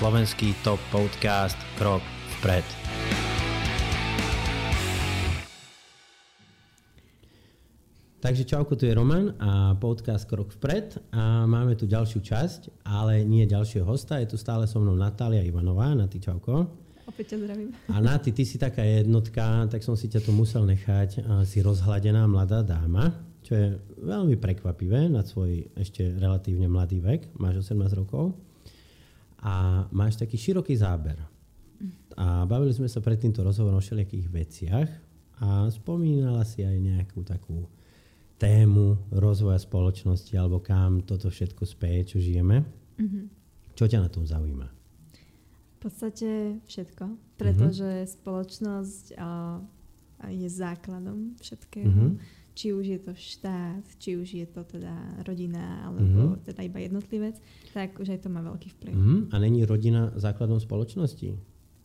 slovenský top podcast Krok vpred. Takže čauko, tu je Roman a podcast Krok vpred a máme tu ďalšiu časť, ale nie ďalšieho hosta, je tu stále so mnou Natália Ivanová. Naty, čauko. Opäť ťa zdravím. A Naty, ty si taká jednotka, tak som si ťa tu musel nechať, si rozhladená mladá dáma, čo je veľmi prekvapivé na svoj ešte relatívne mladý vek, máš 18 rokov a máš taký široký záber. A bavili sme sa pred týmto rozhovorom o všelijakých veciach a spomínala si aj nejakú takú tému rozvoja spoločnosti alebo kam toto všetko speje, čo žijeme. Mm-hmm. Čo ťa na tom zaujíma? V podstate všetko, pretože spoločnosť je základom všetkého. Mm-hmm. Či už je to štát, či už je to teda rodina, alebo teda iba jednotlivec, tak už aj to má veľký vplyv. A není rodina základom spoločnosti?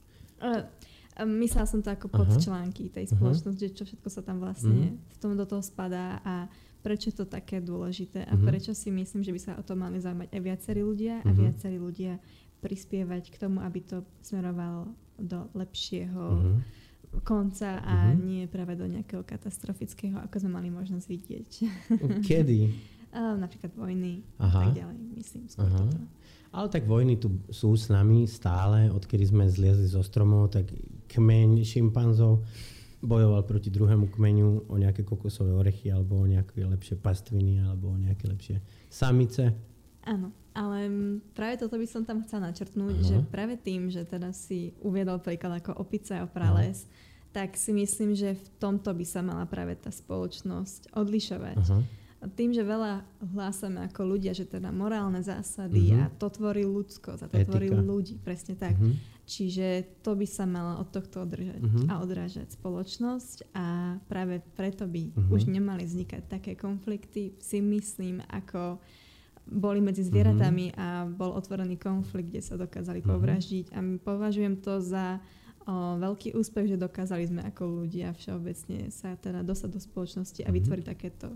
Myslela som to ako podčlánky tej spoločnosti, že čo všetko sa tam vlastne v tom do toho spadá a prečo je to také dôležité a prečo si myslím, že by sa o to mali zaujímať aj viacerí ľudia a viacerí ľudia prispievať k tomu, aby to smerovalo do lepšieho konca a nie práve do nejakého katastrofického, ako sme mali možnosť vidieť. Kedy? Napríklad vojny a tak ďalej, myslím skôr toto. Ale tak vojny tu sú s nami stále, odkedy sme zliezli zo stromov, tak kmeň šimpanzov bojoval proti druhému kmeňu o nejaké kokosové orechy alebo o nejaké lepšie pastviny alebo o nejaké lepšie samice. Áno, ale práve toto by som tam chcela načrtnúť, že práve tým, že teda si uviedol príklad ako opica a prales, tak si myslím, že v tomto by sa mala práve tá spoločnosť odlišovať. Tým, že veľa hlásame ako ľudia, že teda morálne zásady a to tvorí ľudskosť a to tvorí ľudí, presne tak. Čiže to by sa malo od tohto održať a odrážať spoločnosť a práve preto by už nemali vznikať také konflikty, si myslím, ako boli medzi zvieratami a bol otvorený konflikt, kde sa dokázali povraždiť a považujem to za veľký úspech, že dokázali sme ako ľudia všeobecne sa teda dostať do spoločnosti a vytvoriť takéto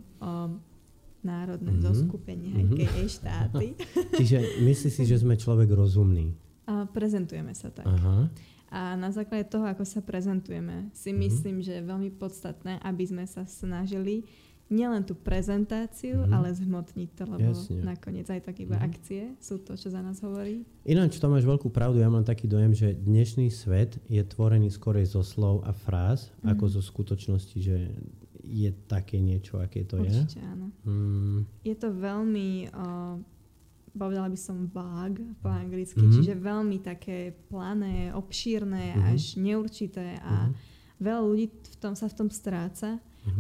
národné zoskupenie, aj štáty. Čiže myslíš si, že sme človek rozumný? Prezentujeme sa tak. A na základe toho, ako sa prezentujeme, si myslím, že je veľmi podstatné, aby sme sa snažili nielen tú prezentáciu, ale zhmotniť to, lebo nakoniec aj tak iba akcie sú to, čo za nás hovorí. Ináč to máš veľkú pravdu. Ja mám taký dojem, že dnešný svet je tvorený skorej zo slov a fráz, ako zo skutočnosti, že je také niečo, aké to je. Určite áno. Je to veľmi, povedala by som vague po anglicky, čiže veľmi také plané, obšírne, až neurčité a veľa ľudí sa v tom stráca.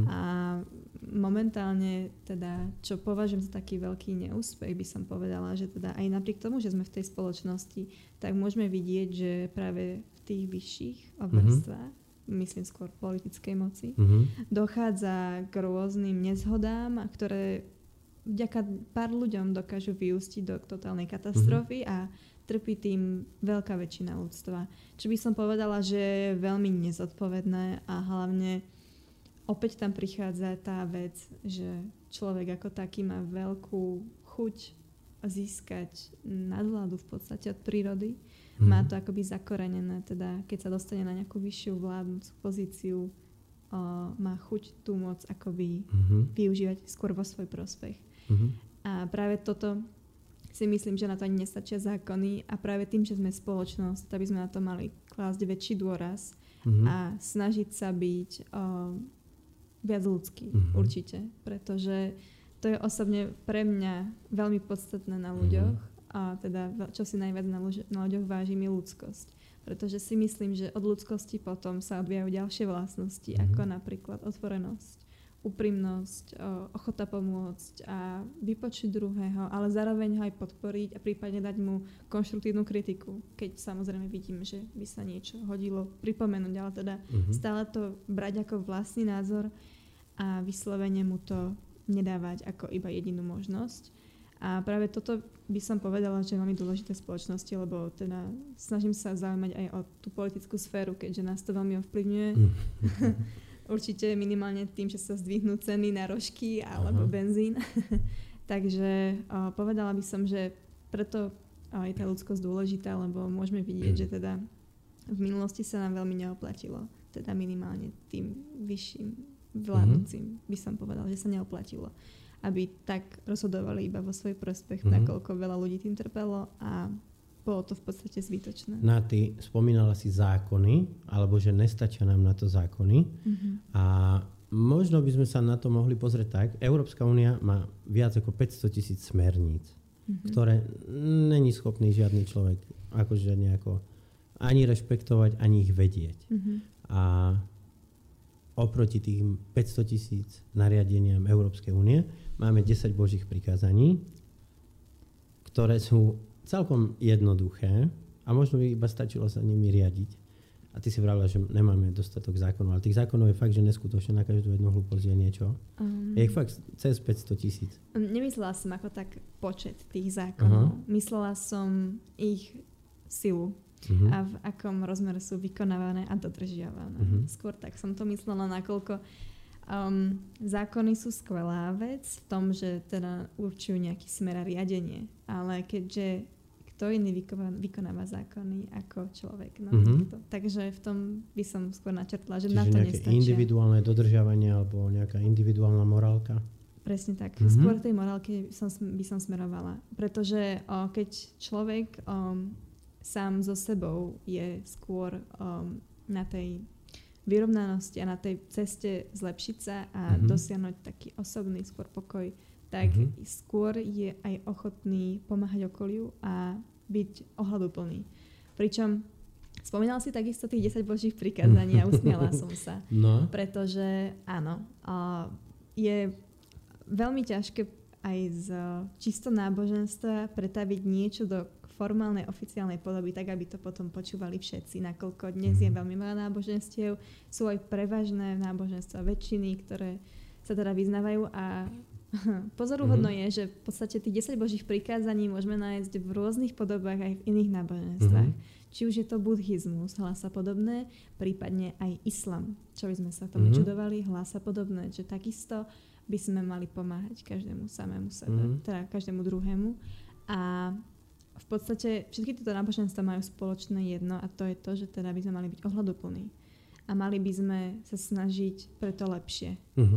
A momentálne teda, čo považujem za taký veľký neúspech, by som povedala, že teda aj napriek tomu, že sme v tej spoločnosti, tak môžeme vidieť, že práve v tých vyšších vrstvách, myslím skôr politickej moci, dochádza k rôznym nezhodám, ktoré vďaka pár ľuďom dokážu vyústiť do totálnej katastrofy a trpí tým veľká väčšina ľudstva. Čo by som povedala, že je veľmi nezodpovedné a hlavne opäť tam prichádza tá vec, že človek ako taký má veľkú chuť získať nadvládu v podstate od prírody. Má to akoby zakorenené, teda keď sa dostane na nejakú vyššiu vládnúcu pozíciu, má chuť tú moc akoby využívať skôr vo svoj prospech. A práve toto si myslím, že na to ani nestačia zákony a práve tým, že sme spoločnosť, aby sme na to mali klásť väčší dôraz a snažiť sa byť viac ľudský, určite, pretože to je osobne pre mňa veľmi podstatné na ľuďoch a teda čo si najviac na ľuďoch vážim je ľudskosť, pretože si myslím, že od ľudskosti potom sa odvíjajú ďalšie vlastnosti, ako napríklad otvorenosť, úprimnosť, ochota pomôcť a vypočuť druhého, ale zároveň ho aj podporiť a prípadne dať mu konštruktívnu kritiku, keď samozrejme vidím, že by sa niečo hodilo pripomenúť, ale teda stále to brať ako vlastný názor a vyslovene mu to nedávať ako iba jedinú možnosť. A práve toto by som povedala, že je veľmi dôležité v spoločnosti, lebo teda snažím sa zaujímať aj o tú politickú sféru, keďže nás to veľmi ovplyvňuje. Určite minimálne tým, že sa zdvihnú ceny na rožky alebo benzín. Takže povedala by som, že preto je tá ľudskosť dôležitá, lebo môžeme vidieť, že teda v minulosti sa nám veľmi neoplatilo. Teda minimálne tým vyšším vládnúcim by som povedal, že sa neoplatilo. Aby tak rozhodovali iba vo svoj prospech, nakoľko veľa ľudí tým trpelo a bolo to v podstate zbytočné. Ty spomínala si zákony, alebo že nestačia nám na to zákony. A možno by sme sa na to mohli pozrieť tak. Európska únia má viac ako 500,000 smerníc, ktoré není schopný žiadny človek akože nejako ani rešpektovať, ani ich vedieť. A oproti tým 500,000 nariadeniam Európskej únie máme 10 Božích prikázaní, ktoré sú celkom jednoduché a možno by iba stačilo sa nimi riadiť. A ty si vravila, že nemáme dostatok zákonov, ale tých zákonov je fakt, že neskutočne na každú jednu hlúposť je niečo. Je ich fakt cez 500,000. Nemyslela som ako tak počet tých zákonov. Myslela som ich silu. A v akom rozmere sú vykonávané a dodržiavané. Skôr tak som to myslela, nakoľko zákony sú skvelá vec v tom, že teda určujú nejaký smer a riadenie. Ale keďže kto iný vykonáva zákony ako človek. Takže v tom by som skôr načrtla, že na to nestačia. Čiže nejaké individuálne dodržiavanie alebo nejaká individuálna morálka? Presne tak. Skôr tej morálke by som smerovala. Pretože keď človek sám so sebou je skôr na tej vyrovnanosti a na tej ceste zlepšiť sa a dosiahnuť taký osobný skôr pokoj, tak skôr je aj ochotný pomáhať okoliu a byť ohľaduplný. Pričom spomínal si takisto tých 10 Božích prikázaní a usmiala som sa. Pretože áno, je veľmi ťažké aj z čisto náboženstva pretaviť niečo do formálnej, oficiálnej podoby, tak aby to potom počúvali všetci, nakoľko dnes je veľmi veľa náboženstiev, sú aj prevažné náboženstva väčšiny, ktoré sa teda vyznávajú a pozoruhodno je, že v podstate tých 10 Božích prikázaní môžeme nájsť v rôznych podobách aj v iných náboženstvách. Či už je to buddhizmus, hlása podobné, prípadne aj islam, čo by sme sa tomu čudovali, hlása podobné, že takisto by sme mali pomáhať každému samému sebe, teda každému druhému. A v podstate všetky tieto náboženstva majú spoločné jedno a to je to, že teda by sme mali byť ohľaduplní. A mali by sme sa snažiť pre to lepšie.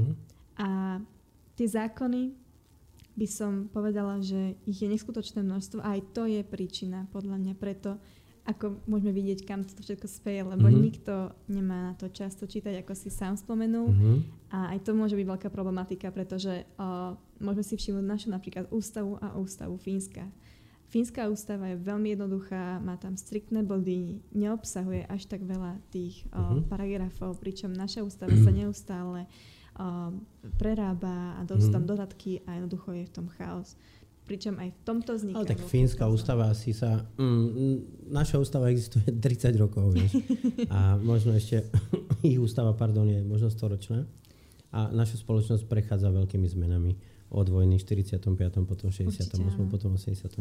A tie zákony by som povedala, že ich je neskutočné množstvo a aj to je príčina podľa mňa preto, ako môžeme vidieť, kam to všetko speje, lebo nikto nemá na to čas to čítať, ako si sám spomenul. A aj to môže byť veľká problematika, pretože môžeme si všimnúť našu napríklad ústavu a ústavu Fínska. Fínska ústava je veľmi jednoduchá, má tam striktné body, neobsahuje až tak veľa tých paragrafov, pričom naša ústava sa neustále prerába a sú tam dodatky a jednoducho je v tom chaos. Pričom aj v tomto vzniká... Ale tak fínska ústava asi sa... naša ústava existuje 30 rokov, vieš. A možno ešte... ich ústava, je možno storočná. A naša spoločnosť prechádza veľkými zmenami. Od vojny 45., potom 68., potom 89.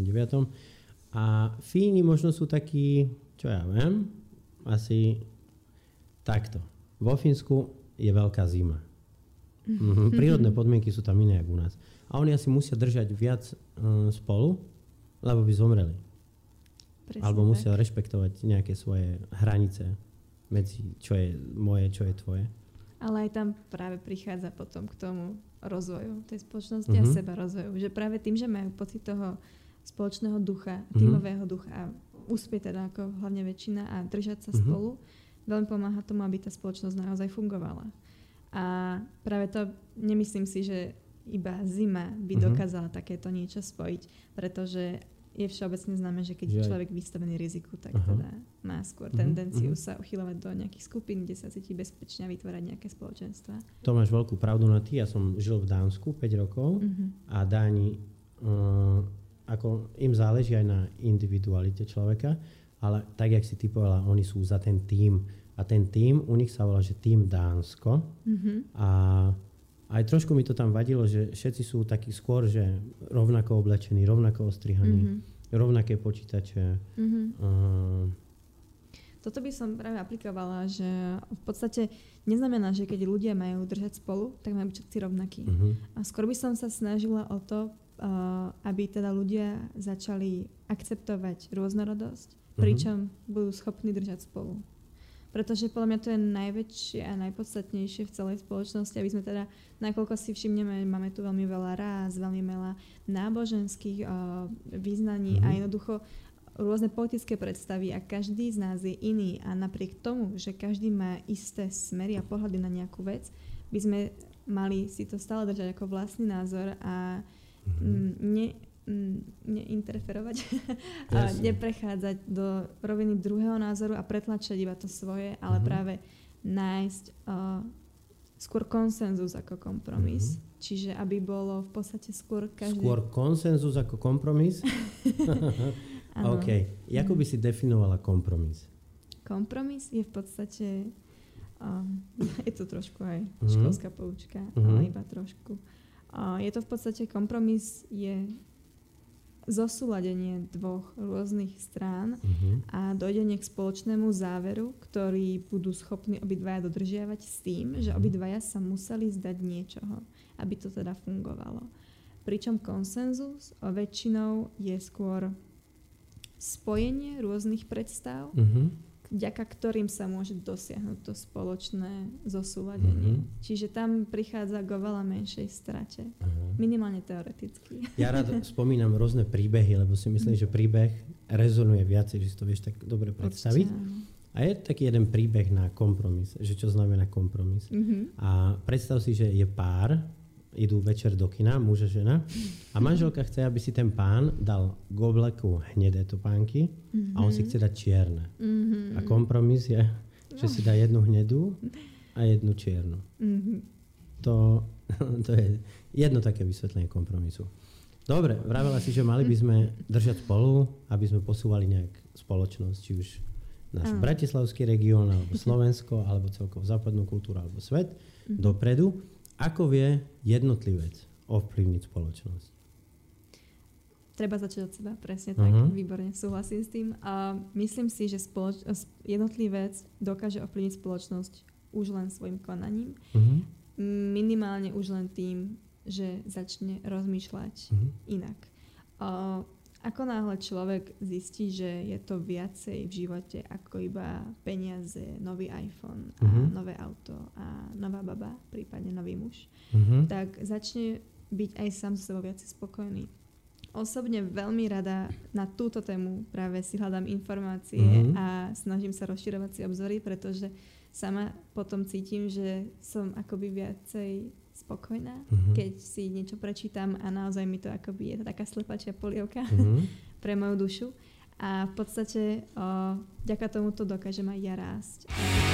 A Fíni možno sú takí, čo ja viem, asi takto. Vo Fínsku je veľká zima. Prírodné podmienky sú tam iné ako u nás. A oni asi musia držať viac spolu, lebo by zomreli. Presne alebo musia rešpektovať nejaké svoje hranice medzi čo je moje, čo je tvoje. Ale aj tam práve prichádza potom k tomu rozvoju tej spoločnosti a seba rozvoju. Že práve tým, že majú pocit toho spoločného ducha, tímového ducha a úspieť teda ako hlavne väčšina a držať sa spolu, veľmi pomáha tomu, aby tá spoločnosť naozaj fungovala. A práve to nemyslím si, že iba zima by dokázala takéto niečo spojiť, pretože je všeobecne známe, že keď je človek vystavený riziku, tak teda má skôr tendenciu sa uchyľovať do nejakých skupín, kde sa cíti bezpečne a vytvárať nejaké spoločenstva. To máš veľkú pravdu na ty. Ja som žil v Dánsku 5 rokov a Dáni, ako im záleží aj na individualite človeka, ale tak, jak si ty povedala, oni sú za ten tím. A ten tím, u nich sa volá, že tím Dánsko. A aj trošku mi to tam vadilo, že všetci sú takí skôr, že rovnako oblečení, rovnako ostrihaní, rovnaké počítače. Toto by som práve aplikovala, že v podstate neznamená, že keď ľudia majú držať spolu, tak majú byť všetci rovnakí. A skôr by som sa snažila o to, aby teda ľudia začali akceptovať rôznorodosť, pričom budú schopní držať spolu. Pretože podľa mňa to je najväčšie a najpodstatnejšie v celej spoločnosti, aby sme teda, nakoľko si všimneme, máme tu veľmi veľa rás, veľmi veľa náboženských význaní a jednoducho rôzne politické predstavy a každý z nás je iný a napriek tomu, že každý má isté smery a pohľady na nejakú vec, by sme mali si to stále držať ako vlastný názor a neinterferovať a neprechádzať do roviny druhého názoru a pretlačať iba to svoje, ale práve nájsť skôr konsenzus ako kompromis. Čiže aby bolo v podstate skôr každý... Skôr konsenzus ako kompromis? OK. Ako by si definovala kompromis? Kompromis je v podstate... je to trošku aj školská poučka, ale iba trošku. Je to v podstate kompromis, je zosúladenie dvoch rôznych strán a dojdenie k spoločnému záveru, ktorý budú schopní obidvaja dodržiavať s tým, že obidvaja sa museli zdať niečoho, aby to teda fungovalo. Pričom konsenzus väčšinou je skôr spojenie rôznych predstav, vďaka ktorým sa môže dosiahnuť to spoločné zosúladenie. Čiže tam prichádza k oveľa menšej strate. Minimálne teoreticky. Ja rád spomínam rôzne príbehy, lebo si myslím, že príbeh rezonuje viacej, že si to vieš tak dobre predstaviť. A je taký jeden príbeh na kompromis, že čo znamená kompromis. A predstav si, že je pár, idú večer do kina, muž a žena, a manželka chce, aby si ten pán dal k obleku hnedé topánky a on si chce dať čierne. A kompromis je, že si dá jednu hnedú a jednu čiernu. To je jedno také vysvetlenie kompromisu. Dobre, vravela si, že mali by sme držať spolu, aby sme posúvali nejak spoločnosť, či už náš bratislavský región, alebo Slovensko, alebo celkovo západnú kultúru, alebo svet dopredu. Ako vie jednotlivec ovplyvniť spoločnosť? Treba začať od seba, presne tak. Výborne, súhlasím s tým. A myslím si, že jednotlivec dokáže ovplyvniť spoločnosť už len svojim konaním. Minimálne už len tým, že začne rozmýšľať inak. Ako náhle človek zistí, že je to viacej v živote ako iba peniaze, nový iPhone a nové auto a nová baba, prípadne nový muž, tak začne byť aj sám so sebou viacej spokojný. Osobne veľmi rada na túto tému práve si hľadám informácie a snažím sa rozširovať si obzory, pretože sama potom cítim, že som akoby viacej spokojná, keď si niečo prečítam a naozaj mi to akoby je to taká slepačia polievka pre moju dušu. A v podstate vďaka tomu to dokážem aj ja rásť.